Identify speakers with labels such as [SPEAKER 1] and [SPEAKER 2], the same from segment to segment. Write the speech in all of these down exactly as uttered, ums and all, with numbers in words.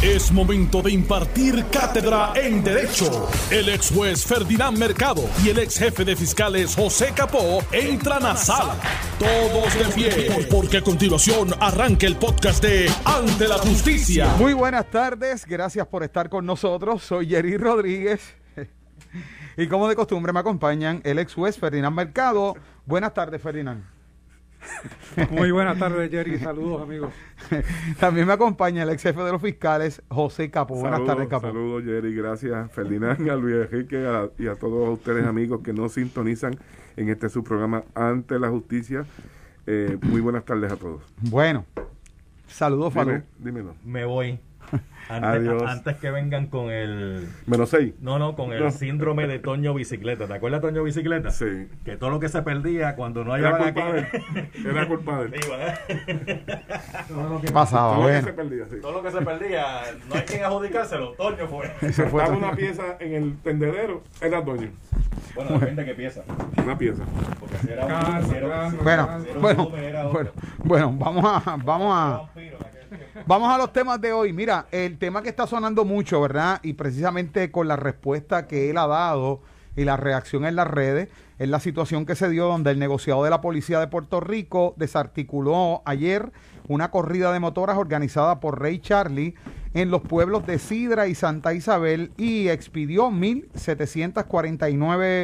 [SPEAKER 1] Es momento de impartir cátedra en Derecho. El ex juez Ferdinand Mercado y el ex jefe de fiscales José Capó entran a sala. Todos de pie, porque a continuación arranca el podcast de Ante la Justicia.
[SPEAKER 2] Muy buenas tardes, gracias por estar con nosotros. Soy Jerry Rodríguez y como de costumbre me acompañan el ex juez Ferdinand Mercado. Buenas tardes, Ferdinand.
[SPEAKER 3] Muy buenas tardes, Jerry. Saludos, amigos.
[SPEAKER 2] También me acompaña el ex jefe de los fiscales, José Capó. Buenas
[SPEAKER 4] Saludos,
[SPEAKER 2] tardes, Capó.
[SPEAKER 4] Saludos, Jerry. Gracias, Ferdinand, a Luis Enrique a, y a todos ustedes, amigos, que nos sintonizan en este su programa Ante la Justicia. Eh, muy buenas tardes a todos.
[SPEAKER 2] Bueno, saludos, Falú.
[SPEAKER 4] Dime, dímelo.
[SPEAKER 5] Me voy. Antes,
[SPEAKER 4] Adiós.
[SPEAKER 5] antes que vengan con el...
[SPEAKER 4] Menos seis.
[SPEAKER 5] No, no, con el
[SPEAKER 4] No.
[SPEAKER 5] síndrome de Toño Bicicleta. ¿Te acuerdas de Toño Bicicleta?
[SPEAKER 4] Sí.
[SPEAKER 5] Que todo lo que se perdía cuando no
[SPEAKER 4] Era
[SPEAKER 5] hallaban
[SPEAKER 4] culpa de
[SPEAKER 5] aquí...
[SPEAKER 4] él. Era culpa de él.
[SPEAKER 5] Digo, ¿eh?
[SPEAKER 2] ¿Qué pasaba?
[SPEAKER 4] Todo lo que
[SPEAKER 2] Bueno,
[SPEAKER 4] se perdía, sí.
[SPEAKER 5] Todo lo que se perdía, no hay quien adjudicárselo. Toño fue.
[SPEAKER 2] se fue
[SPEAKER 4] Estaba
[SPEAKER 2] todo.
[SPEAKER 4] una pieza en el tendedero, era Toño.
[SPEAKER 5] Bueno, depende de qué pieza.
[SPEAKER 4] Una pieza.
[SPEAKER 5] Porque si era un...
[SPEAKER 3] Calma,
[SPEAKER 5] si era-
[SPEAKER 3] calma.
[SPEAKER 2] Bueno,
[SPEAKER 5] si era un
[SPEAKER 2] bueno,
[SPEAKER 5] volumen, era otro.
[SPEAKER 2] bueno, bueno, vamos a, vamos a,
[SPEAKER 5] Vampiro en aquel tiempo.
[SPEAKER 2] Vamos a los temas de hoy. Mira, el tema que está sonando mucho, ¿verdad? Y precisamente con la respuesta que él ha dado y la reacción en las redes, es la situación que se dio donde el negociado de la Policía de Puerto Rico desarticuló ayer una corrida de motoras organizada por Ray Charlie en los pueblos de Sidra y Santa Isabel y expidió mil setecientos cuarenta y nueve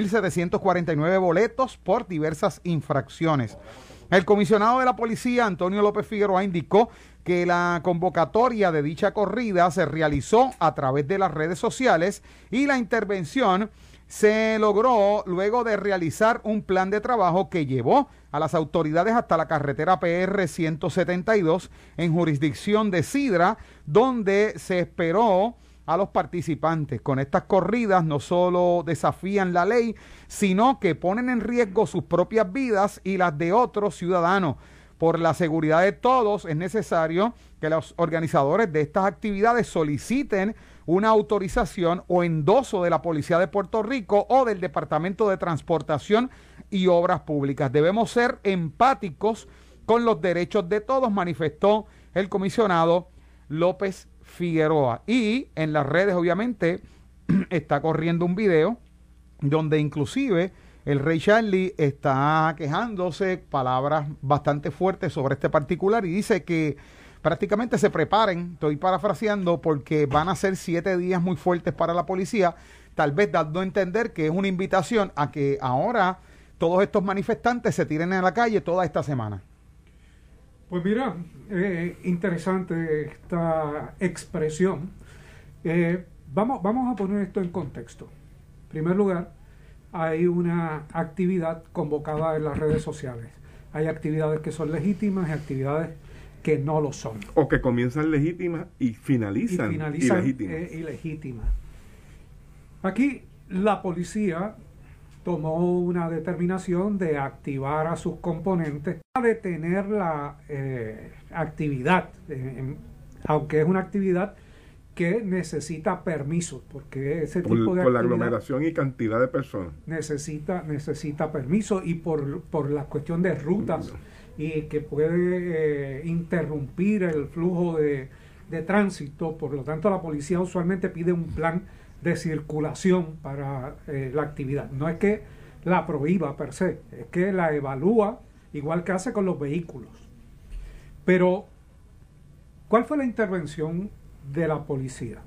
[SPEAKER 2] boletos por diversas infracciones. El comisionado de la policía, Antonio López Figueroa, indicó que la convocatoria de dicha corrida se realizó a través de las redes sociales y la intervención se logró luego de realizar un plan de trabajo que llevó a las autoridades hasta la carretera P R ciento setenta y dos en jurisdicción de Sidra, donde se esperó a los participantes. Con estas corridas no solo desafían la ley, sino que ponen en riesgo sus propias vidas y las de otros ciudadanos. Por la seguridad de todos es necesario que los organizadores de estas actividades soliciten una autorización o endoso de la Policía de Puerto Rico o del Departamento de Transportación y Obras Públicas. Debemos ser empáticos con los derechos de todos, manifestó el comisionado López Figueroa. Y en las redes, obviamente, está corriendo un video donde inclusive el Ray Charlie está quejándose, palabras bastante fuertes sobre este particular, y dice que prácticamente se preparen, estoy parafraseando, porque van a ser siete días muy fuertes para la policía, tal vez dando a entender que es una invitación a que ahora todos estos manifestantes se tiren a la calle toda esta semana.
[SPEAKER 3] Pues mira, eh, interesante esta expresión. Eh, vamos, vamos a poner esto en contexto. En primer lugar, hay una actividad convocada en las redes sociales. Hay actividades que son legítimas y actividades que no lo son.
[SPEAKER 4] O que comienzan legítimas y finalizan,
[SPEAKER 3] y finalizan
[SPEAKER 4] ilegítimas.
[SPEAKER 3] eh, ilegítimas. Aquí la policía tomó una determinación de activar a sus componentes a detener la eh, actividad, eh, en, aunque es una actividad que necesita permisos, porque ese
[SPEAKER 4] por,
[SPEAKER 3] tipo de
[SPEAKER 4] por la
[SPEAKER 3] actividad
[SPEAKER 4] aglomeración y cantidad de personas.
[SPEAKER 3] necesita necesita permiso y por, por la cuestión de rutas y que puede eh, interrumpir el flujo de, de tránsito. Por lo tanto, la policía usualmente pide un plan de circulación para eh, la actividad. No es que la prohíba per se, es que la evalúa igual que hace con los vehículos. Pero, ¿cuál fue la intervención de la policía?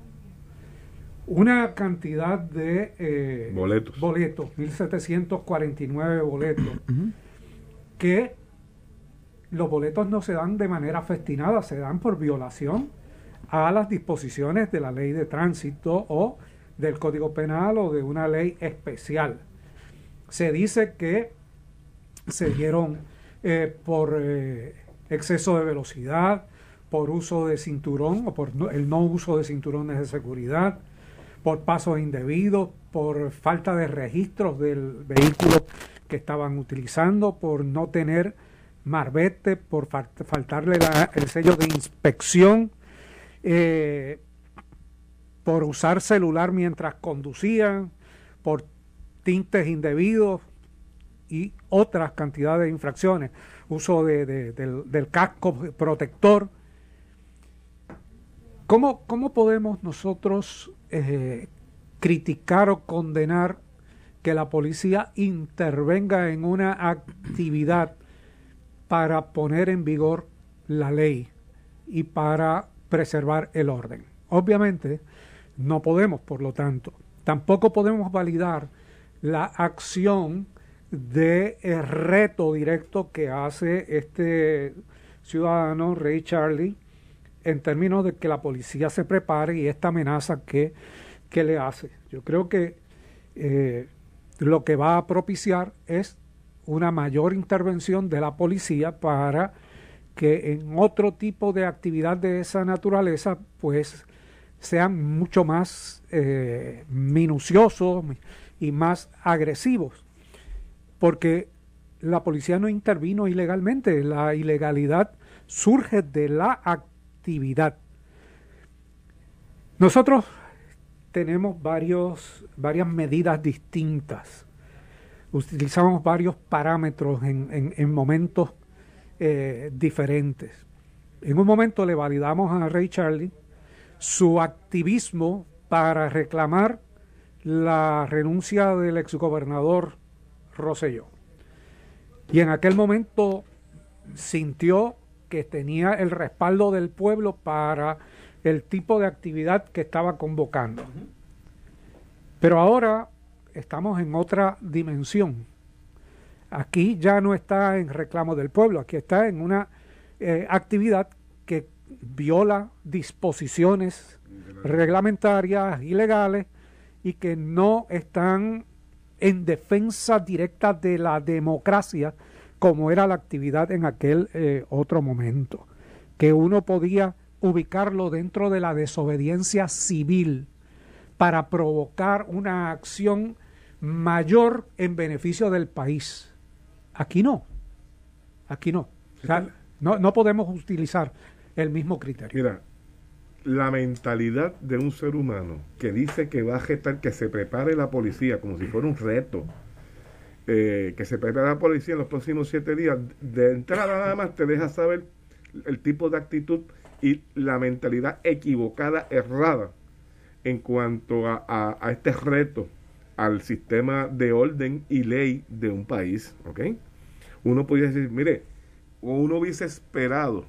[SPEAKER 3] Una cantidad de eh,
[SPEAKER 4] Boletos.
[SPEAKER 3] boletos, mil setecientos cuarenta y nueve boletos,
[SPEAKER 2] Uh-huh.
[SPEAKER 3] que los boletos no se dan de manera festinada, se dan por violación a las disposiciones de la ley de tránsito o del Código Penal o de una ley especial. Se dice que se dieron eh, por eh, exceso de velocidad, por uso de cinturón o por no, el no uso de cinturones de seguridad, por pasos indebidos, por falta de registros del vehículo que estaban utilizando, por no tener marbete, por fal- faltarle la- el sello de inspección, eh, por usar celular mientras conducían, por tintes indebidos y otras cantidades de infracciones, uso de, de- del, del casco protector. ¿cómo, cómo podemos nosotros eh, criticar o condenar que la policía intervenga en una actividad para poner en vigor la ley y para preservar el orden? Obviamente no podemos, por lo tanto. Tampoco podemos validar la acción de el reto directo que hace este ciudadano Ray Charlie en términos de que la policía se prepare y esta amenaza que, que le hace. Yo creo que eh, lo que va a propiciar es una mayor intervención de la policía para que en otro tipo de actividad de esa naturaleza pues sean mucho más eh, minuciosos y más agresivos, porque la policía no intervino ilegalmente, la ilegalidad surge de la actividad. Nosotros tenemos varios, varias medidas distintas, utilizamos varios parámetros en, en, en momentos eh, diferentes. En un momento le validamos a Ray Charlie su activismo para reclamar la renuncia del exgobernador Rosselló. Y en aquel momento sintió que tenía el respaldo del pueblo para el tipo de actividad que estaba convocando. Pero ahora estamos en otra dimensión. Aquí ya no está en reclamo del pueblo, aquí está en una eh, actividad que viola disposiciones reglamentarias y legales y que no están en defensa directa de la democracia como era la actividad en aquel eh, otro momento, que uno podía ubicarlo dentro de la desobediencia civil para provocar una acción mayor en beneficio del país. Aquí no, aquí no. O sea, no, no podemos utilizar el mismo criterio.
[SPEAKER 4] Mira, la mentalidad de un ser humano que dice que va a gestar que se prepare la policía como si fuera un reto, eh, que se prepare la policía en los próximos siete días, de entrada nada más te deja saber el tipo de actitud y la mentalidad equivocada, errada, en cuanto a, a, a este reto al sistema de orden y ley de un país, ¿ok? Uno podría decir, mire, uno hubiese esperado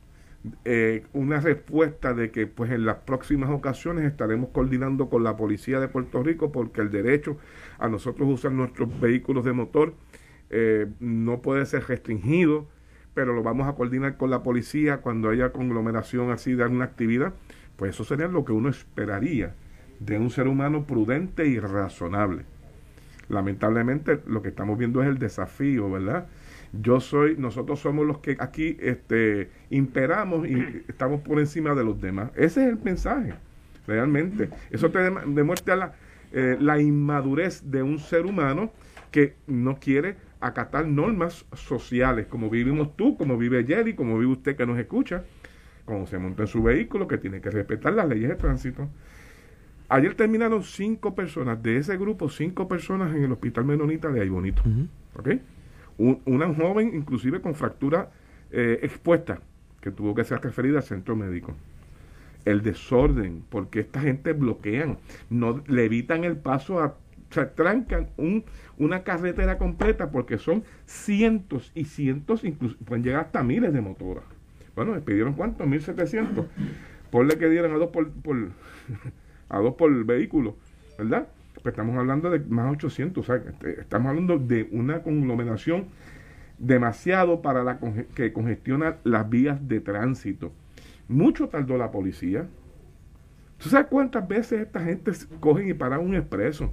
[SPEAKER 4] Eh, una respuesta de que pues en las próximas ocasiones estaremos coordinando con la policía de Puerto Rico porque el derecho a nosotros usar nuestros vehículos de motor eh, no puede ser restringido, pero lo vamos a coordinar con la policía cuando haya conglomeración así de alguna actividad. Pues eso sería lo que uno esperaría de un ser humano prudente y razonable. Lamentablemente lo que estamos viendo es el desafío, ¿verdad? Yo soy, nosotros somos los que aquí este, imperamos y estamos por encima de los demás. Ese es el mensaje, realmente. Eso te dem- demuestra la, eh, la inmadurez de un ser humano que no quiere acatar normas sociales, como vivimos tú, como vive Jerry, como vive usted que nos escucha, cuando se monta en su vehículo, que tiene que respetar las leyes de tránsito. Ayer terminaron cinco personas, de ese grupo, cinco personas en el Hospital Menonita de Ay Bonito. Uh-huh. ¿Ok? Una joven inclusive con fractura eh, expuesta que tuvo que ser referida al centro médico. El desorden, porque esta gente bloquean, no le evitan el paso, a, se trancan un, una carretera completa porque son cientos y cientos, incluso pueden llegar hasta miles de motoras. Bueno, me pidieron ¿cuánto? mil setecientos. Ponle que dieran a dos por, por a dos por vehículo, ¿verdad? Pues estamos hablando de más de ochocientos, o sea, estamos hablando de una conglomeración demasiado para la conge- que congestiona las vías de tránsito. Mucho tardó la policía. ¿Tú sabes cuántas veces esta gente cogen y paran un expreso?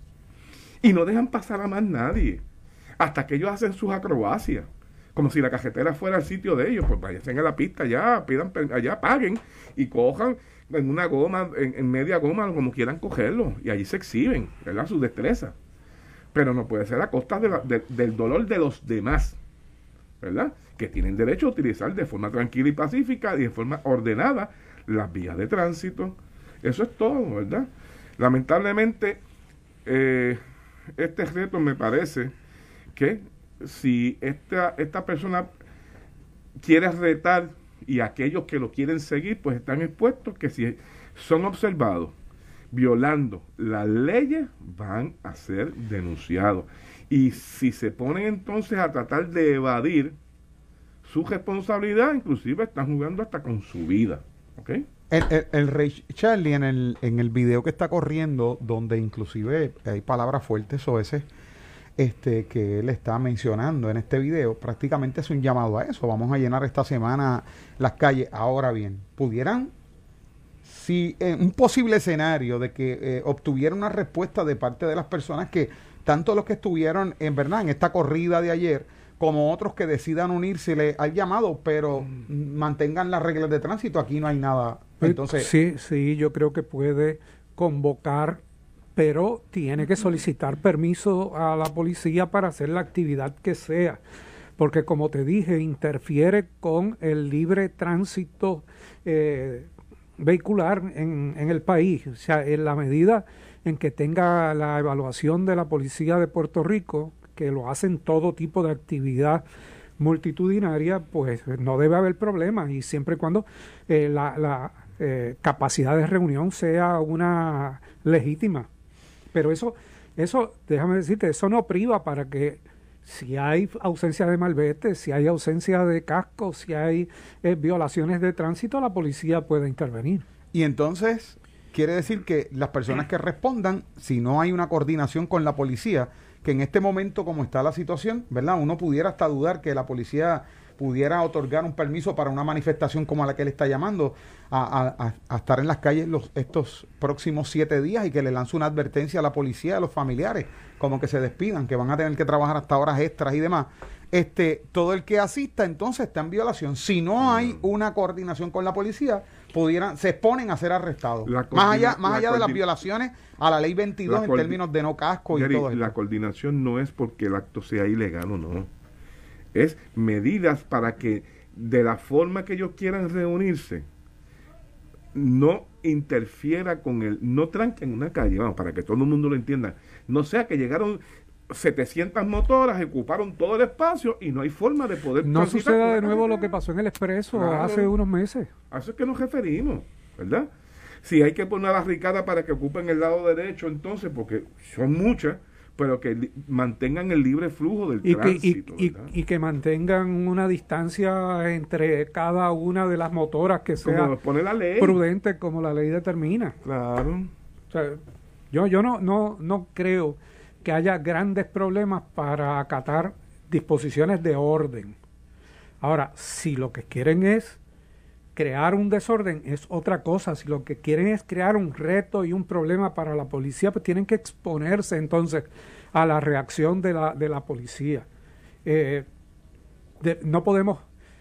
[SPEAKER 4] Y no dejan pasar a más nadie, hasta que ellos hacen sus acrobacias, como si la carretera fuera el sitio de ellos. Pues vayan a la pista allá, pidan allá, paguen y cojan en una goma, en, en media goma, como quieran cogerlo, y allí se exhiben, ¿verdad?, su destreza. Pero no puede ser a costa de la, de, del dolor de los demás, ¿verdad?, que tienen derecho a utilizar de forma tranquila y pacífica y de forma ordenada las vías de tránsito. Eso es todo, ¿verdad? Lamentablemente, eh, este reto me parece que si esta, esta persona quiere retar y aquellos que lo quieren seguir, pues están expuestos que si son observados violando las leyes, van a ser denunciados. Y si se ponen entonces a tratar de evadir su responsabilidad, inclusive están jugando hasta con su vida. ¿Ok?
[SPEAKER 2] El, el, el Rey Charlie, en el, en el video que está corriendo, donde inclusive hay palabras fuertes o ese, este, que él está mencionando en este video, prácticamente es un llamado a eso. Vamos a llenar esta semana las calles. Ahora bien, pudieran, si en un posible escenario de que eh, obtuviera una respuesta de parte de las personas que, tanto los que estuvieron en verdad en esta corrida de ayer, como otros que decidan unírsele al llamado, pero mm. mantengan las reglas de tránsito, aquí no hay nada. Entonces,
[SPEAKER 3] sí, sí, yo creo que puede convocar, pero tiene que solicitar permiso a la policía para hacer la actividad que sea, porque como te dije, interfiere con el libre tránsito eh, vehicular en, en el país. O sea, en la medida en que tenga la evaluación de la policía de Puerto Rico, que lo hacen todo tipo de actividad multitudinaria, pues no debe haber problema, y siempre y cuando eh, la, la eh, capacidad de reunión sea una legítima. Pero eso, eso, déjame decirte, eso no priva para que si hay ausencia de malvete, si hay ausencia de casco, si hay eh, violaciones de tránsito, la policía puede intervenir.
[SPEAKER 2] Y entonces, quiere decir que las personas que respondan, si no hay una coordinación con la policía, que en este momento como está la situación, ¿verdad? Uno pudiera hasta dudar que la policía pudiera otorgar un permiso para una manifestación como la que él está llamando a, a, a estar en las calles los, estos próximos siete días y que le lance una advertencia a la policía, a los familiares, como que se despidan, que van a tener que trabajar hasta horas extras y demás. Este, todo el que asista entonces está en violación. Si no hay una coordinación con la policía, pudieran, se exponen a ser arrestados. Más allá, más allá de las violaciones a la ley veintidós en términos de no casco y
[SPEAKER 4] Jerry,
[SPEAKER 2] todo eso.
[SPEAKER 4] La coordinación no es porque el acto sea ilegal o no. Es medidas para que de la forma que ellos quieran reunirse no interfiera con el, no tranquen una calle, vamos, para que todo el mundo lo entienda. No sea que llegaron setecientas motoras, ocuparon todo el espacio y no hay forma de poder...
[SPEAKER 3] No suceda de nuevo lo que pasó en el Expreso claro, hace unos meses.
[SPEAKER 4] A eso es que nos referimos, ¿verdad? Si hay que poner una barricada para que ocupen el lado derecho, entonces, porque son muchas, pero que li- mantengan el libre flujo del
[SPEAKER 3] y
[SPEAKER 4] tránsito.
[SPEAKER 3] Que, y, y, y que mantengan una distancia entre cada una de las motoras que sea
[SPEAKER 4] como pone la ley.
[SPEAKER 3] Prudente como la ley determina.
[SPEAKER 4] Claro.
[SPEAKER 3] O sea, yo, yo no, no, no creo que haya grandes problemas para acatar disposiciones de orden. Ahora, si lo que quieren es crear un desorden, es otra cosa. Si lo que quieren es crear un reto y un problema para la policía, pues tienen que exponerse entonces a la reacción de la, de la policía. Eh, de, no podemos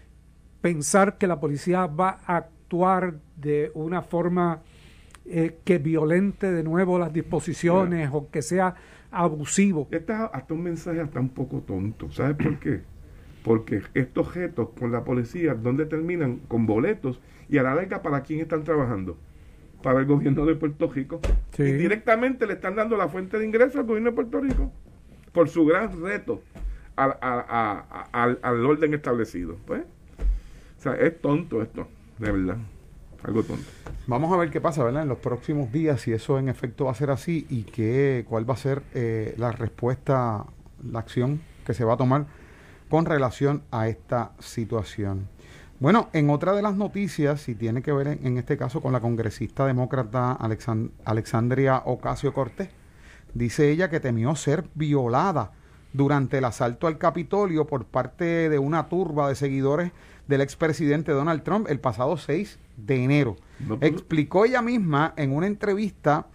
[SPEAKER 3] pensar que la policía va a actuar de una forma eh, que violente de nuevo las disposiciones yeah. o que sea abusivo.
[SPEAKER 4] Este es hasta un mensaje hasta un poco tonto. ¿Sabes por qué? Porque estos retos con la policía, ¿dónde terminan? Con boletos. Y a la larga, ¿para quién están trabajando? Para el gobierno de Puerto Rico. Sí. Y directamente le están dando la fuente de ingresos al gobierno de Puerto Rico por su gran reto a, a, a, a, al, al orden establecido. Pues, o sea, es tonto esto, de verdad. Algo tonto.
[SPEAKER 2] Vamos a ver qué pasa, ¿verdad? En los próximos días, si eso en efecto va a ser así y qué, cuál va a ser eh, la respuesta, la acción que se va a tomar con relación a esta situación. Bueno, en otra de las noticias, y tiene que ver en, en este caso con la congresista demócrata Alexand- Alexandria Ocasio-Cortez, dice ella que temió ser violada durante el asalto al Capitolio por parte de una turba de seguidores del expresidente Donald Trump el pasado seis de enero. No, pero... Explicó ella misma en una entrevista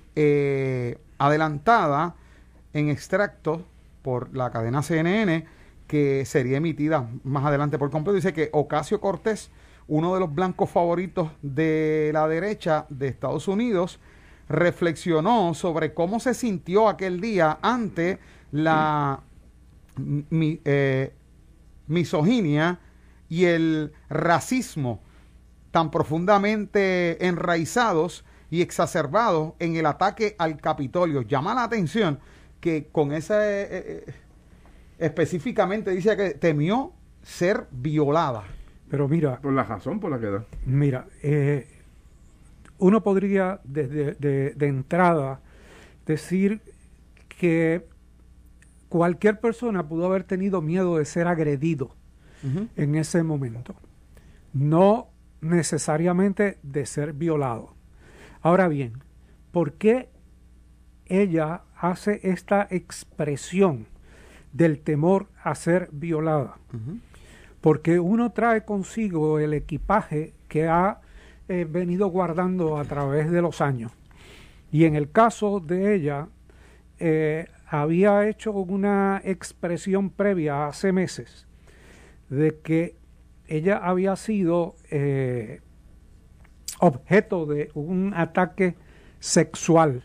[SPEAKER 2] eh, adelantada en extractos por la cadena C N N que sería emitida más adelante por completo. Dice que Ocasio-Cortez, uno de los blancos favoritos de la derecha de Estados Unidos, reflexionó sobre cómo se sintió aquel día ante la mi, eh, misoginia y el racismo tan profundamente enraizados y exacerbados en el ataque al Capitolio. Llama la atención que con ese... Eh, eh, específicamente dice que temió ser violada.
[SPEAKER 3] Pero mira,
[SPEAKER 4] Por la razón por la que da.
[SPEAKER 3] mira, eh, uno podría desde de, de entrada decir que cualquier persona pudo haber tenido miedo de ser agredido
[SPEAKER 2] Ujú.
[SPEAKER 3] en ese momento, no necesariamente de ser violado. Ahora bien, ¿por qué ella hace esta expresión del temor a ser violada?
[SPEAKER 2] Ujú.
[SPEAKER 3] Porque uno trae consigo el equipaje que ha eh, venido guardando a través de los años. Y en el caso de ella, eh, había hecho una expresión previa hace meses de que ella había sido eh, objeto de un ataque sexual.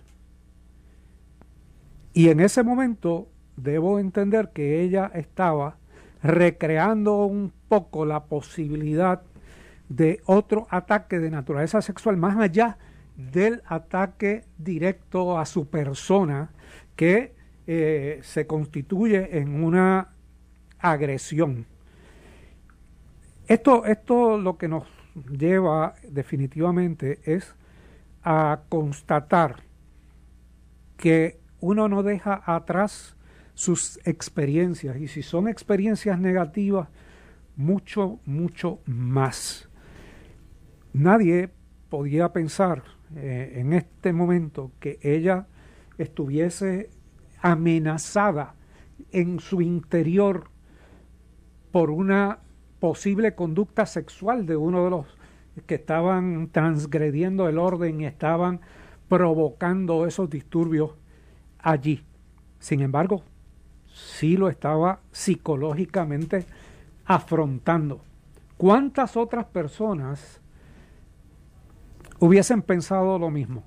[SPEAKER 3] Y en ese momento debo entender que ella estaba recreando un poco la posibilidad de otro ataque de naturaleza sexual más allá del ataque directo a su persona que eh, se constituye en una agresión. Esto, esto lo que nos lleva definitivamente es a constatar que uno no deja atrás sus experiencias, y si son experiencias negativas, mucho, mucho más. Nadie podía pensar eh, en este momento que ella estuviese amenazada en su interior por una posible conducta sexual de uno de los que estaban transgrediendo el orden y estaban provocando esos disturbios allí. Sin embargo, sí lo estaba psicológicamente afrontando. ¿Cuántas otras personas hubiesen pensado lo mismo?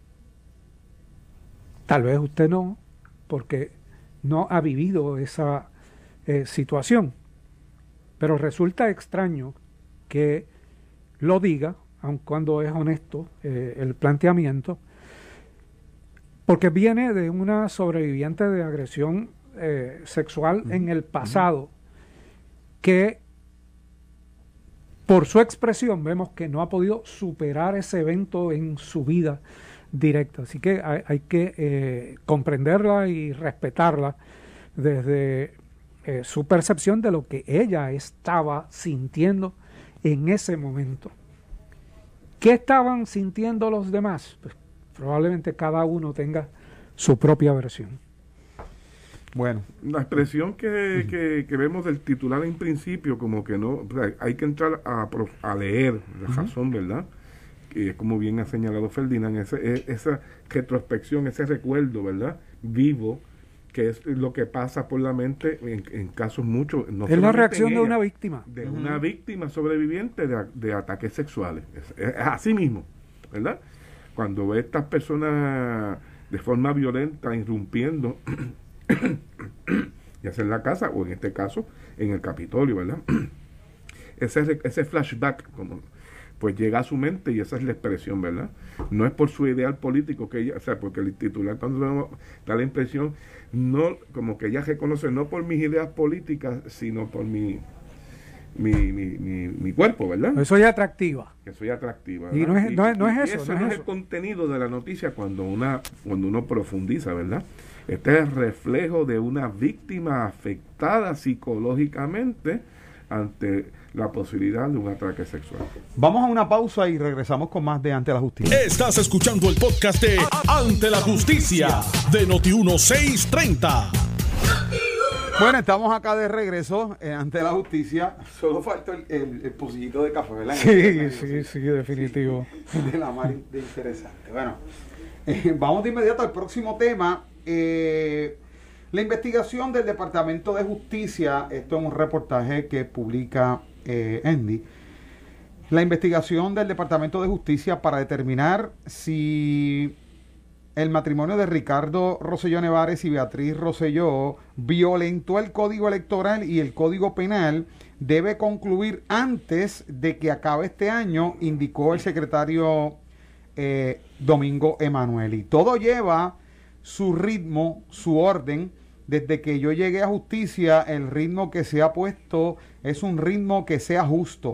[SPEAKER 3] Tal vez usted no, porque no ha vivido esa eh, situación. Pero resulta extraño que lo diga, aun cuando es honesto eh, el planteamiento, porque viene de una sobreviviente de agresión eh, sexual en el pasado, que por su expresión vemos que no ha podido superar ese evento en su vida directa. Así que hay, hay que eh, comprenderla y respetarla desde eh, su percepción de lo que ella estaba sintiendo en ese momento. ¿Qué estaban sintiendo los demás? Pues probablemente cada uno tenga su propia versión.
[SPEAKER 2] Bueno,
[SPEAKER 4] La expresión que, que, que vemos del titular en principio, como que no, o sea, hay que entrar a, pro- a leer la razón, ¿verdad? Que es como bien ha señalado Ferdinand, ese, e- esa retrospección, ese recuerdo, ¿verdad? Vivo, que es lo que pasa por la mente en, en casos muchos. No
[SPEAKER 3] Es la
[SPEAKER 4] solamente
[SPEAKER 3] reacción
[SPEAKER 4] en
[SPEAKER 3] de
[SPEAKER 4] ella,
[SPEAKER 3] una víctima.
[SPEAKER 4] de una víctima sobreviviente de, a- de ataques sexuales. Es, es así mismo, ¿verdad? Cuando ve a estas personas de forma violenta irrumpiendo, ya sea en la casa o en este caso en el Capitolio, ¿verdad? Ese, re- ese flashback, como, pues llega a su mente y esa es la expresión, ¿verdad? No es por su ideal político que ella, o sea, porque el titular cuando da la impresión, no, como que ella reconoce, no por mis ideas políticas, sino por mi mi, mi, mi, mi cuerpo, ¿verdad?
[SPEAKER 3] Eso es atractiva.
[SPEAKER 4] Que soy atractiva.
[SPEAKER 3] Y
[SPEAKER 4] ¿verdad?
[SPEAKER 3] no es- no es- no es
[SPEAKER 4] y
[SPEAKER 3] eso,
[SPEAKER 4] Ese
[SPEAKER 3] no
[SPEAKER 4] no
[SPEAKER 3] es
[SPEAKER 4] es
[SPEAKER 3] eso.
[SPEAKER 4] el contenido de la noticia cuando una cuando uno profundiza, ¿verdad? Este es el reflejo de una víctima afectada psicológicamente ante la posibilidad de un ataque sexual.
[SPEAKER 2] vamos a una pausa y regresamos con más de Ante la Justicia.
[SPEAKER 1] Estás escuchando el podcast de Ante la Justicia de Noti uno seiscientos treinta.
[SPEAKER 2] Bueno, estamos acá de regreso eh, Ante la Justicia. Solo falta el, el, el pocillito de café, ¿verdad?
[SPEAKER 3] Sí, sí, sí, definitivo.
[SPEAKER 2] De la mar de interesante. Bueno, eh, vamos de inmediato al próximo tema. Eh, la investigación del Departamento de Justicia, esto es un reportaje que publica eh, Andy. La investigación del Departamento de Justicia para determinar si el matrimonio de Ricardo Rosselló Nevares y Beatriz Rosselló violentó el Código Electoral y el Código Penal debe concluir antes de que acabe este año, indicó el secretario eh, Domingo Emanueli. Todo lleva su ritmo, su orden. Desde que yo llegué a justicia, el ritmo que se ha puesto es un ritmo que sea justo.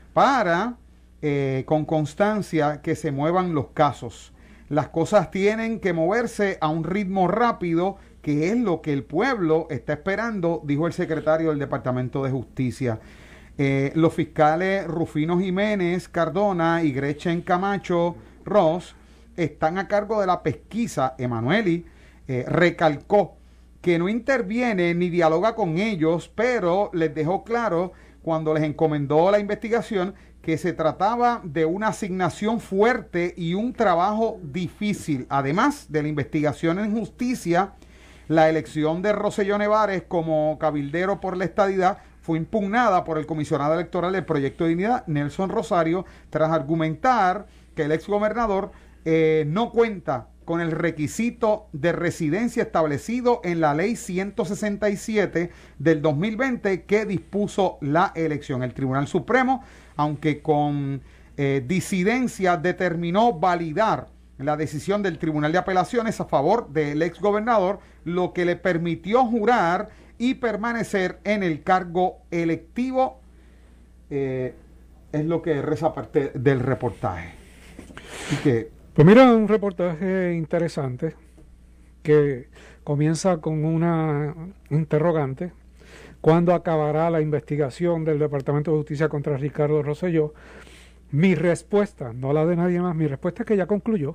[SPEAKER 2] para, eh, con constancia, que se muevan los casos. Las cosas tienen que moverse a un ritmo rápido, que es lo que el pueblo está esperando, dijo el secretario del Departamento de Justicia. Eh, los fiscales Rufino Jiménez Cardona y Gretchen Camacho Ross están a cargo de la pesquisa. Emanueli eh, recalcó que no interviene ni dialoga con ellos, pero les dejó claro cuando les encomendó la investigación que se trataba de una asignación fuerte y un trabajo difícil. Además de la investigación en justicia, la elección de Rosselló Nevares como cabildero por la estadidad fue impugnada por el comisionado electoral del Proyecto de Dignidad, Nelson Rosario, tras argumentar que el exgobernador eh, no cuenta con el requisito de residencia establecido en la ley ciento sesenta y siete del dos mil veinte que dispuso la elección. El Tribunal Supremo, aunque con eh, disidencia, determinó validar la decisión del Tribunal de Apelaciones a favor del exgobernador, lo que le permitió jurar y permanecer en el cargo electivo. Eh, es lo que reza parte del reportaje. Y que
[SPEAKER 3] Pues mira, un reportaje interesante que comienza con una interrogante. ¿Cuándo acabará la investigación del Departamento de Justicia contra Ricardo Rosselló? Mi respuesta, no la de nadie más, mi respuesta es que ya concluyó.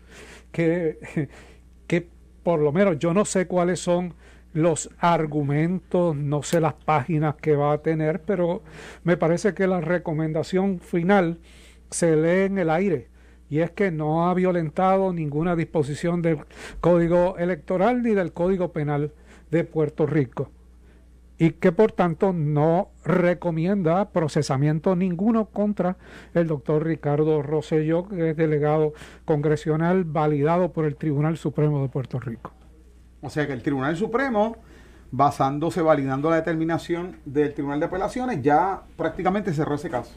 [SPEAKER 3] Que, que por lo menos yo no sé cuáles son los argumentos, no sé las páginas que va a tener, pero me parece que la recomendación final se lee en el aire. Y es que no ha violentado ninguna disposición del Código Electoral ni del Código Penal de Puerto Rico. Y que por tanto no recomienda procesamiento ninguno contra el doctor Ricardo Rosselló, que es delegado congresional validado por el Tribunal Supremo de Puerto Rico.
[SPEAKER 2] O sea que el Tribunal Supremo, basándose, validando la determinación del Tribunal de Apelaciones, ya prácticamente cerró ese caso.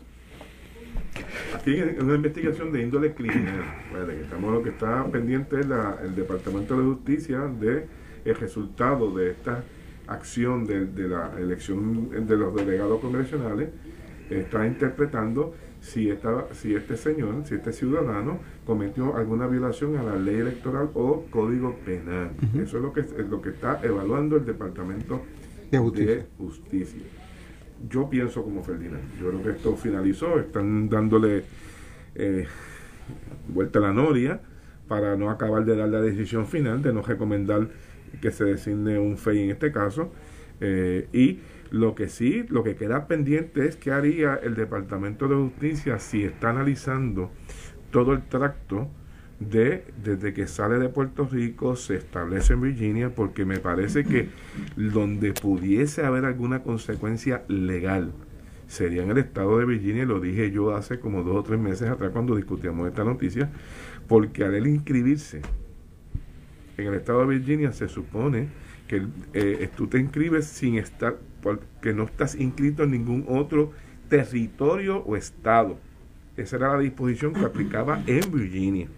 [SPEAKER 4] Aquí es una investigación de índole criminal. Vale, que estamos, lo que está pendiente es la, el Departamento de Justicia de el resultado de esta acción de, de la elección de los delegados congresionales. Está interpretando si, esta, si este señor, si este ciudadano cometió alguna violación a la ley electoral o código penal. Uh-huh. Eso es lo que, es lo que está evaluando el Departamento de Justicia. De Justicia. Yo pienso como Ferdinand, yo creo que esto finalizó, están dándole eh, vuelta a la noria para no acabar de dar la decisión final, de no recomendar que se designe un F E I en este caso, eh, y lo que sí, lo que queda pendiente es qué haría el Departamento de Justicia si está analizando todo el tracto de desde que sale de Puerto Rico, se establece en Virginia, porque me parece que donde pudiese haber alguna consecuencia legal sería en el estado de Virginia. Lo dije yo hace como dos o tres meses atrás cuando discutíamos esta noticia, porque al él inscribirse en el estado de Virginia se supone que eh, tú te inscribes sin estar, porque no estás inscrito en ningún otro territorio o estado. Esa era la disposición que aplicaba en Virginia.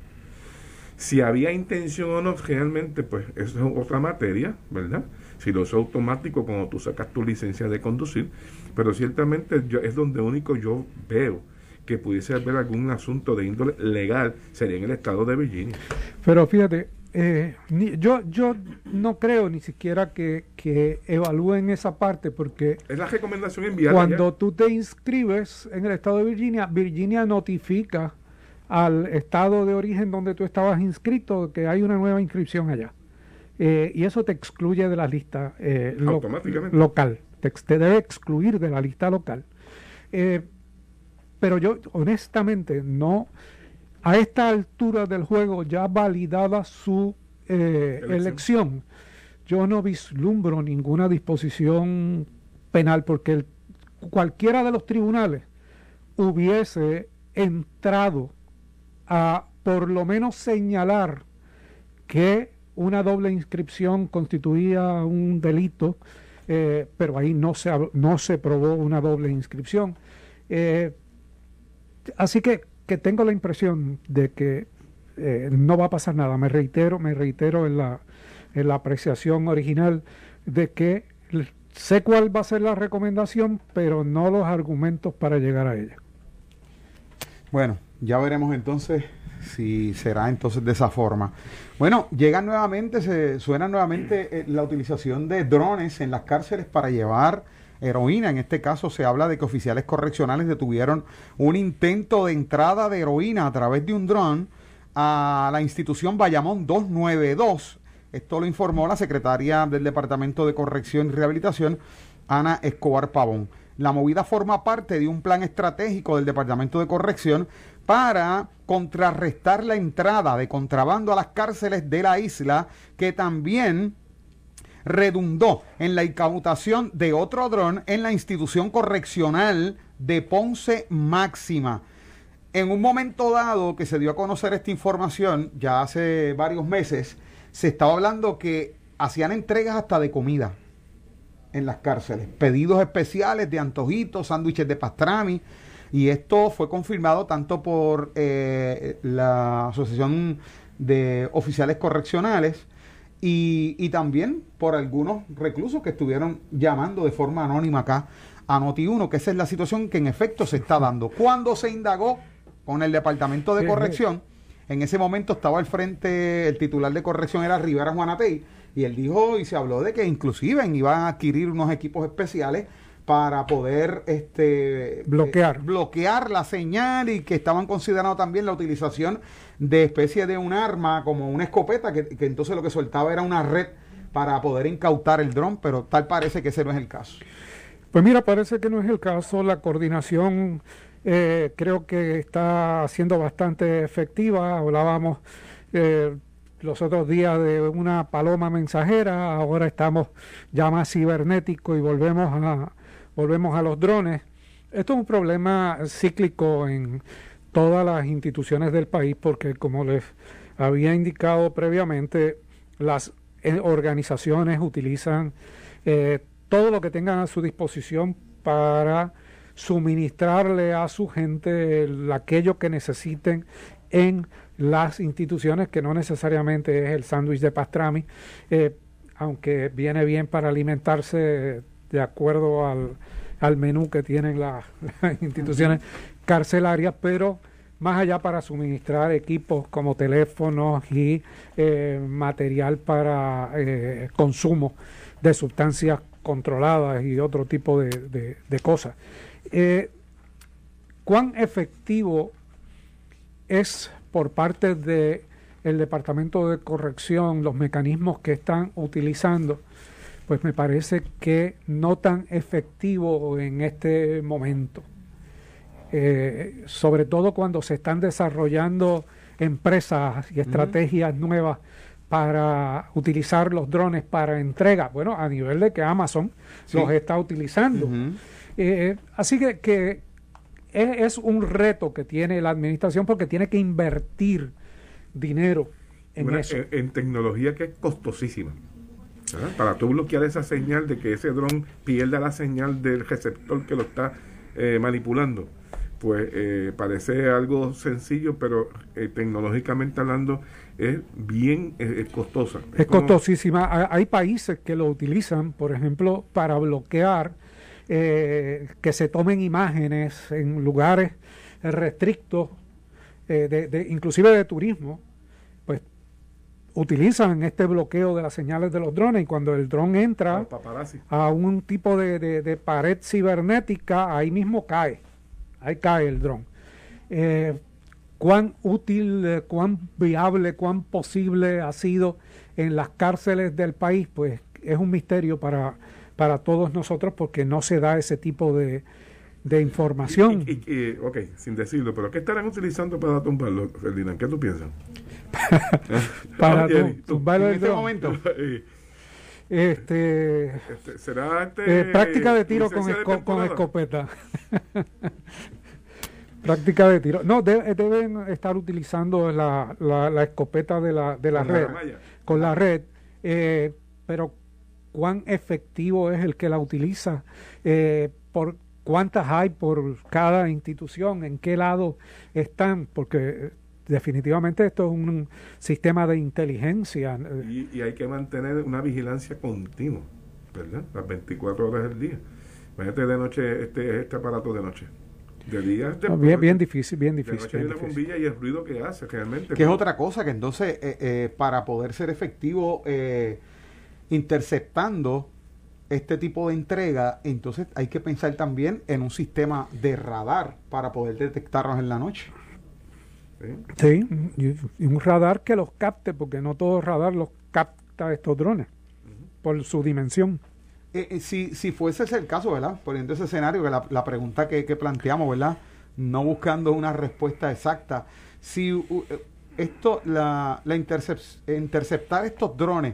[SPEAKER 4] Si había intención o no, realmente, pues eso es otra materia, ¿verdad? Si lo es automático cuando tú sacas tu licencia de conducir, pero ciertamente yo, es donde único yo veo que pudiese haber algún asunto de índole legal, sería en el estado de Virginia.
[SPEAKER 3] Pero fíjate, eh, ni, yo yo no creo ni siquiera que, que evalúen esa parte, porque
[SPEAKER 4] es la recomendación enviada
[SPEAKER 3] cuando
[SPEAKER 4] ya.
[SPEAKER 3] Tú te inscribes en el estado de Virginia, Virginia notifica al estado de origen donde tú estabas inscrito que hay una nueva inscripción allá. Eh, y eso te excluye de la lista eh, lo, local. Te, te debe excluir de la lista local. Eh, pero yo, honestamente, no, a esta altura del juego, ya validada su eh, elección. elección, yo no vislumbro ninguna disposición penal, porque el, cualquiera de los tribunales hubiese entrado a por lo menos señalar que una doble inscripción constituía un delito, eh, pero ahí no se, no se probó una doble inscripción. Eh, así que, que tengo la impresión de que eh, no va a pasar nada. Me reitero, me reitero en la, en la apreciación original de que sé cuál va a ser la recomendación, pero no los argumentos para llegar a ella.
[SPEAKER 2] Bueno, ya veremos entonces si será entonces de esa forma. Bueno, llegan nuevamente, se suena nuevamente eh, la utilización de drones en las cárceles para llevar heroína. En este caso se habla de que oficiales correccionales detuvieron un intento de entrada de heroína a través de un dron a la institución Bayamón doscientos noventa y dos. Esto lo informó la secretaria del Departamento de Corrección y Rehabilitación, Ana Escobar Pavón. La movida forma parte de un plan estratégico del Departamento de Corrección para contrarrestar la entrada de contrabando a las cárceles de la isla, que también redundó en la incautación de otro dron en la institución correccional de Ponce Máxima. En un momento dado que se dio a conocer esta información, ya hace varios meses, se estaba hablando que hacían entregas hasta de comida en las cárceles, pedidos especiales de antojitos, sándwiches de pastrami, y esto fue confirmado tanto por eh, la Asociación de Oficiales Correccionales y, y también por algunos reclusos que estuvieron llamando de forma anónima acá a Noti uno, que esa es la situación que en efecto se está dando. Cuando se indagó con el Departamento de Corrección, en ese momento estaba al frente, el titular de corrección era Rivera Juanatey, y él dijo y se habló de que inclusive iban a adquirir unos equipos especiales para poder este
[SPEAKER 3] bloquear
[SPEAKER 2] eh, bloquear la señal, y que estaban considerando también la utilización de especie de un arma como una escopeta, que, que entonces lo que soltaba era una red para poder incautar el dron, pero tal parece que ese no es el caso.
[SPEAKER 3] Pues mira, parece que no es el caso. La coordinación eh, creo que está siendo bastante efectiva. Hablábamos eh, los otros días de una paloma mensajera, ahora estamos ya más cibernéticos y volvemos a, volvemos a los drones. Esto es un problema cíclico en todas las instituciones del país, porque como les había indicado previamente, las eh, organizaciones utilizan eh, todo lo que tengan a su disposición para suministrarle a su gente el, aquello que necesiten en las instituciones, que no necesariamente es el sándwich de pastrami, eh, aunque viene bien para alimentarse de acuerdo al, al menú que tienen la, las instituciones carcelarias, pero más allá para suministrar equipos como teléfonos y eh, material para eh, consumo de sustancias controladas y otro tipo de, de, de cosas. Eh, ¿Cuán efectivo es por parte del Departamento de Corrección los mecanismos que están utilizando? Pues me parece que no tan efectivo en este momento. Eh, sobre todo cuando se están desarrollando empresas y estrategias uh-huh. nuevas para utilizar los drones para entrega, bueno, a nivel de que Amazon sí. los está utilizando. Uh-huh. Eh, así que, que es, es un reto que tiene la administración, porque tiene que invertir dinero en
[SPEAKER 4] bueno,
[SPEAKER 3] eso.
[SPEAKER 4] En, en tecnología que es costosísima. ¿Verdad? Para tú bloquear esa señal de que ese dron pierda la señal del receptor que lo está eh, manipulando, pues eh, parece algo sencillo, pero eh, tecnológicamente hablando es bien eh, es costosa.
[SPEAKER 3] Es, es como... costosísima. Hay países que lo utilizan, por ejemplo, para bloquear eh, que se tomen imágenes en lugares restrictos, eh, de, de, inclusive de turismo, pues utilizan este bloqueo de las señales de los drones, y cuando el dron entra a un tipo de, de, de pared cibernética, ahí mismo cae. Ahí cae el dron. Eh, cuán útil, eh, cuán viable, cuán posible ha sido en las cárceles del país, pues es un misterio para, para todos nosotros, porque no se da ese tipo de, de información.
[SPEAKER 4] Y, y, y, ok, sin decirlo, pero ¿qué estarán utilizando para tumbarlo, Ferdinand? ¿Qué tú piensas?
[SPEAKER 3] para tum, tumbarlo
[SPEAKER 2] en
[SPEAKER 3] en
[SPEAKER 2] este
[SPEAKER 3] dron.
[SPEAKER 2] momento.
[SPEAKER 3] Este,
[SPEAKER 4] este será este,
[SPEAKER 3] eh, práctica de tiro con, esco, de con escopeta. Práctica de tiro. No, de, deben estar utilizando la, la, la escopeta de la, de la red, la con la red, eh, pero cuán efectivo es el que la utiliza, eh, por cuántas hay por cada institución, en qué lado están, porque definitivamente esto es un sistema de inteligencia.
[SPEAKER 4] Y, y hay que mantener una vigilancia continua, ¿verdad? Las veinticuatro horas del día. Imagínate de noche, este, este aparato de noche. De día es de-
[SPEAKER 3] No, bien, bien difícil, bien
[SPEAKER 4] de
[SPEAKER 3] difícil.
[SPEAKER 4] noche hay
[SPEAKER 3] bien
[SPEAKER 4] una
[SPEAKER 3] difícil.
[SPEAKER 4] bombilla y el ruido que hace realmente.
[SPEAKER 2] Que es otra cosa, que entonces eh, eh, para poder ser efectivo eh, interceptando este tipo de entrega, entonces hay que pensar también en un sistema de radar para poder detectarlos en la noche.
[SPEAKER 4] ¿Sí?
[SPEAKER 3] Sí, y, y un radar que los capte, porque no todo radar los capta estos drones, por su dimensión.
[SPEAKER 2] Eh, eh, si, si fuese ese el caso, ¿verdad? Poniendo ese escenario, que la, la pregunta que, que planteamos, ¿verdad? No buscando una respuesta exacta. Si uh, eh, esto, la, la intercep- interceptar estos drones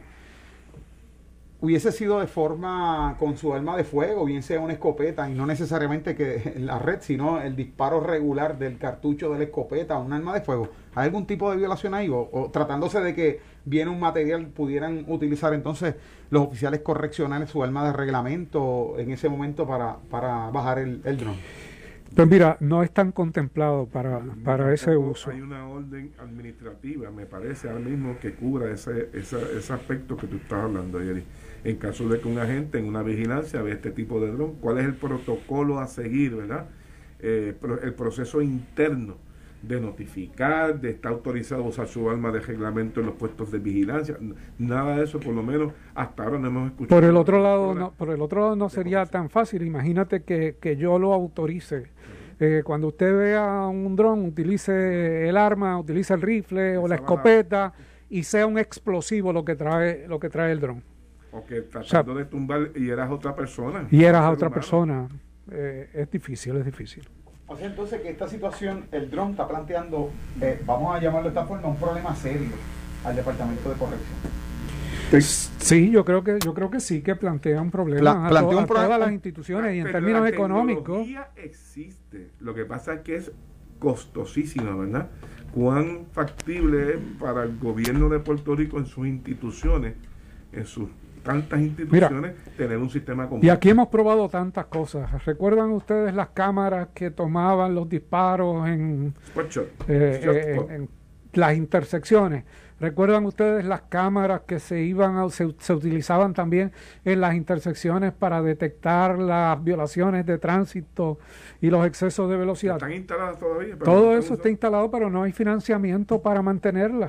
[SPEAKER 2] hubiese sido de forma con su arma de fuego, bien sea una escopeta, y no necesariamente que la red, sino el disparo regular del cartucho de la escopeta, un arma de fuego, ¿hay algún tipo de violación ahí? O, o tratándose de que viene un material, pudieran utilizar entonces los oficiales correccionales su arma de reglamento en ese momento para, para bajar el, el dron.
[SPEAKER 3] Pues mira, no están contemplados para, para ese
[SPEAKER 4] Tampoco
[SPEAKER 3] uso.
[SPEAKER 4] Hay una orden administrativa, me parece ahora mismo, que cubra ese, ese, ese aspecto que tú estás hablando, Yeri. En caso de que un agente en una vigilancia ve este tipo de dron, ¿cuál es el protocolo a seguir, verdad? Eh, pro- el proceso interno de notificar, de estar autorizado a usar su arma de reglamento en los puestos de vigilancia. Nada de eso, por lo menos hasta ahora no hemos escuchado.
[SPEAKER 3] Por el otro lado,
[SPEAKER 4] Ahora,
[SPEAKER 3] no, por el otro lado no sería tan fácil. Imagínate que, que yo lo autorice. Eh, cuando usted vea un dron, utilice el arma, utilice el rifle o la
[SPEAKER 4] Esa bala.
[SPEAKER 3] escopeta y sea un explosivo lo que trae, lo que trae el dron.
[SPEAKER 4] O que tratando
[SPEAKER 3] sea,
[SPEAKER 4] de tumbar y eras otra persona.
[SPEAKER 3] Y eras a
[SPEAKER 4] un ser
[SPEAKER 3] otra
[SPEAKER 4] humano.
[SPEAKER 3] persona. Eh, es difícil, es difícil.
[SPEAKER 2] O sea, entonces que esta situación, el dron está planteando, eh, vamos a llamarlo de esta forma, un problema serio al Departamento de Corrección.
[SPEAKER 3] Sí, yo creo que yo creo que sí que plantea un problema
[SPEAKER 2] Pla-
[SPEAKER 3] a,
[SPEAKER 2] plantea
[SPEAKER 3] to-
[SPEAKER 2] un
[SPEAKER 3] a
[SPEAKER 2] problema-
[SPEAKER 3] todas las instituciones y en
[SPEAKER 4] Pero
[SPEAKER 3] términos
[SPEAKER 4] la
[SPEAKER 3] económicos.
[SPEAKER 4] tecnología existe. Lo que pasa es que es costosísima, ¿verdad? Cuán factible es para el gobierno de Puerto Rico en sus instituciones, en sus tantas instituciones, tener un sistema común.
[SPEAKER 3] Y aquí hemos probado tantas cosas. ¿Recuerdan ustedes las cámaras que tomaban los disparos en,
[SPEAKER 4] Spot shot,
[SPEAKER 3] eh,
[SPEAKER 4] shot
[SPEAKER 3] eh,
[SPEAKER 4] spot.
[SPEAKER 3] en, en las intersecciones? ¿Recuerdan ustedes las cámaras que se iban a, se, se utilizaban también en las intersecciones para detectar las violaciones de tránsito y los excesos de velocidad?
[SPEAKER 4] Están instaladas todavía. pero no
[SPEAKER 3] Todo
[SPEAKER 4] se
[SPEAKER 3] eso
[SPEAKER 4] usan.
[SPEAKER 3] está instalado, pero no hay financiamiento para mantenerlas,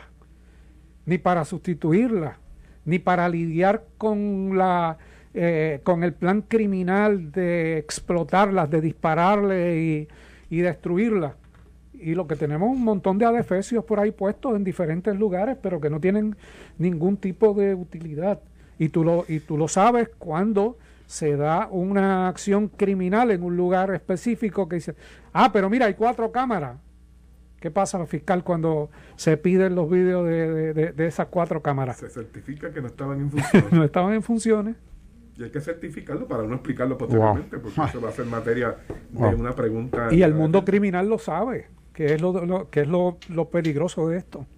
[SPEAKER 3] ni para sustituirlas, ni para lidiar con la eh, con el plan criminal de explotarlas, de dispararle y, y destruirlas. Y lo que tenemos un montón de adefesios por ahí puestos en diferentes lugares, pero que no tienen ningún tipo de utilidad. Y tú lo, y tú lo sabes cuando se da una acción criminal en un lugar específico que dice, ah, pero mira, hay cuatro cámaras. ¿Qué pasa, fiscal, cuando se piden los vídeos de, de, de, de esas cuatro cámaras?
[SPEAKER 4] Se certifica que no estaban en función.
[SPEAKER 3] No estaban en funciones.
[SPEAKER 4] Y hay que certificarlo para no explicarlo posteriormente, porque eso va a ser materia de
[SPEAKER 2] Wow.
[SPEAKER 4] una pregunta.
[SPEAKER 3] Y el mundo criminal lo sabe, que es lo, lo- que es lo, lo peligroso de esto.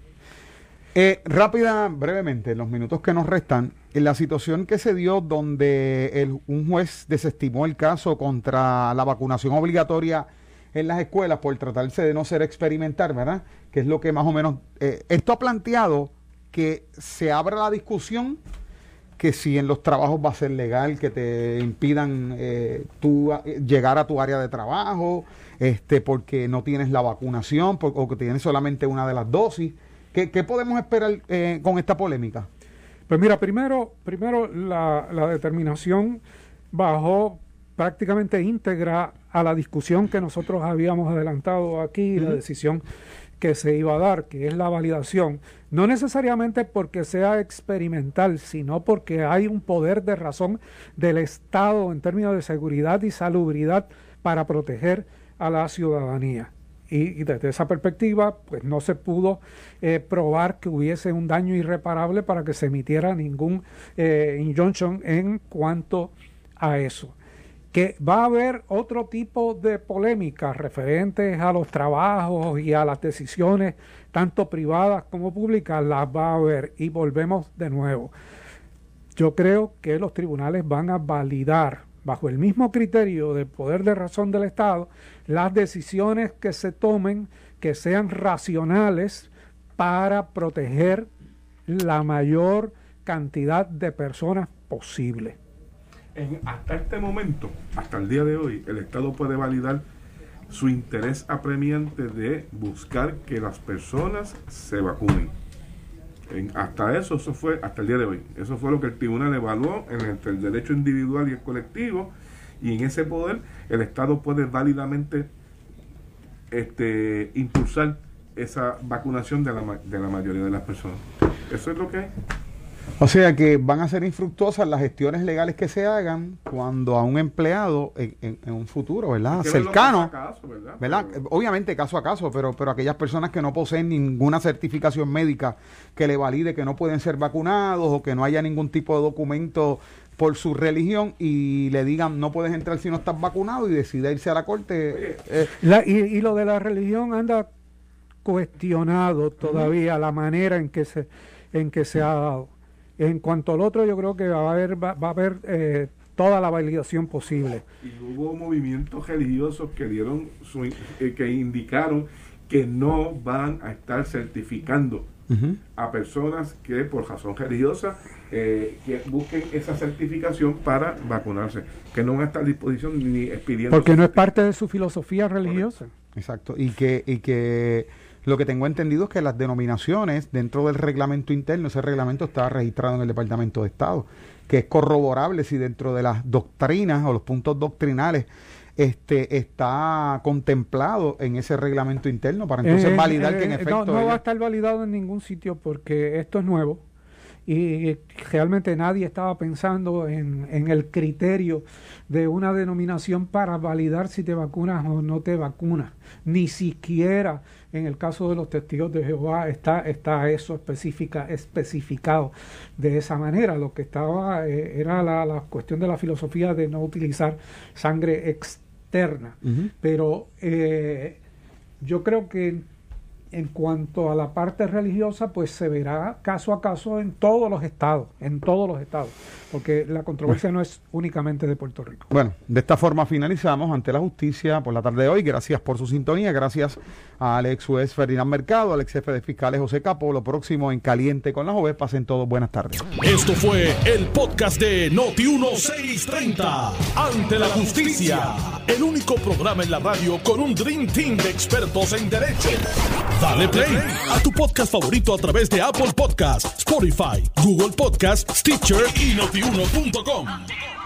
[SPEAKER 2] Eh, rápida, brevemente, en los minutos que nos restan, en la situación que se dio donde el, un juez desestimó el caso contra la vacunación obligatoria en las escuelas por tratarse de no ser experimental, ¿verdad? Que es lo que más o menos... Eh, esto ha planteado que se abra la discusión que si en los trabajos va a ser legal, que te impidan eh, tú a- eh, llegar a tu área de trabajo, este, porque no tienes la vacunación por- o que tienes solamente una de las dosis. ¿Qué, qué podemos esperar eh, con esta polémica?
[SPEAKER 3] Pues mira, primero, primero la, la determinación bajó prácticamente íntegra a la discusión que nosotros habíamos adelantado aquí, la decisión que se iba a dar, que es la validación, no necesariamente porque sea experimental, sino porque hay un poder de razón del Estado en términos de seguridad y salubridad para proteger a la ciudadanía. Y, y desde esa perspectiva, pues no se pudo eh, probar que hubiese un daño irreparable para que se emitiera ningún eh, injunction en cuanto a eso. Que va a haber otro tipo de polémicas referentes a los trabajos y a las decisiones, tanto privadas como públicas, las va a haber. Y volvemos de nuevo. Yo creo que los tribunales van a validar, bajo el mismo criterio del poder de razón del Estado, las decisiones que se tomen, que sean racionales para proteger la mayor cantidad de personas posible.
[SPEAKER 4] En- hasta este momento, hasta el día de hoy, el Estado puede validar su interés apremiante de buscar que las personas se vacunen. En, hasta eso, eso fue hasta el día de hoy. Eso fue lo que el tribunal evaluó en el, el derecho individual y el colectivo, y en ese poder el Estado puede válidamente este, impulsar esa vacunación de la, de la mayoría de las personas. Eso es lo que hay.
[SPEAKER 2] O sea que van a ser infructuosas las gestiones legales que se hagan cuando a un empleado en, en, en un futuro, ¿verdad? Cercano,
[SPEAKER 4] caso a caso, ¿verdad?
[SPEAKER 2] ¿verdad?
[SPEAKER 4] Pero,
[SPEAKER 2] Obviamente caso a caso, pero, pero aquellas personas que no poseen ninguna certificación médica que le valide que no pueden ser vacunados o que no haya ningún tipo de documento por su religión y le digan no puedes entrar si no estás vacunado y decide irse a la corte.
[SPEAKER 4] Oye,
[SPEAKER 2] eh,
[SPEAKER 3] La, y, y lo de la religión anda cuestionado todavía, uh-huh. la manera en que se en que se ha dado. En cuanto al otro, yo creo que va a haber va, va a haber eh, toda la validación posible.
[SPEAKER 4] Y hubo movimientos religiosos que dieron su, eh, que indicaron que no van a estar certificando uh-huh. a personas que por razón religiosa eh, que busquen esa certificación para vacunarse, que no van a estar a disposición ni expidiendo.
[SPEAKER 3] Porque no es parte de su filosofía religiosa.
[SPEAKER 2] Exacto, y que y que lo que tengo entendido es que las denominaciones dentro del reglamento interno, ese reglamento está registrado en el Departamento de Estado, que es corroborable si dentro de las doctrinas o los puntos doctrinales este está contemplado en ese reglamento interno para entonces
[SPEAKER 3] eh,
[SPEAKER 2] validar
[SPEAKER 3] eh,
[SPEAKER 2] que en efecto...
[SPEAKER 3] No, no va a estar validado en ningún sitio porque esto es nuevo y realmente nadie estaba pensando en, en el criterio de una denominación para validar si te vacunas o no te vacunas. Ni siquiera en el caso de los testigos de Jehová está, está eso específica, especificado de esa manera. Lo que estaba eh, era la, la cuestión de la filosofía de no utilizar sangre externa. Uh-huh. Pero eh, yo creo que en cuanto a la parte religiosa, pues se verá caso a caso en todos los estados, en todos los estados, porque la controversia bueno. no es únicamente de Puerto Rico.
[SPEAKER 2] Bueno, de esta forma finalizamos ante la justicia por la tarde de hoy. Gracias por su sintonía, gracias al ex juez Ferdinand Mercado, al ex jefe de fiscales José Capó. Lo próximo en Caliente con la Joven. Pasen todos buenas tardes.
[SPEAKER 1] Esto fue el podcast de Noti uno seiscientos treinta, Ante la Justicia, el único programa en la radio con un Dream Team de expertos en derecho. Dale play a tu podcast favorito a través de Apple Podcasts, Spotify, Google Podcasts, Stitcher y notiuno punto com.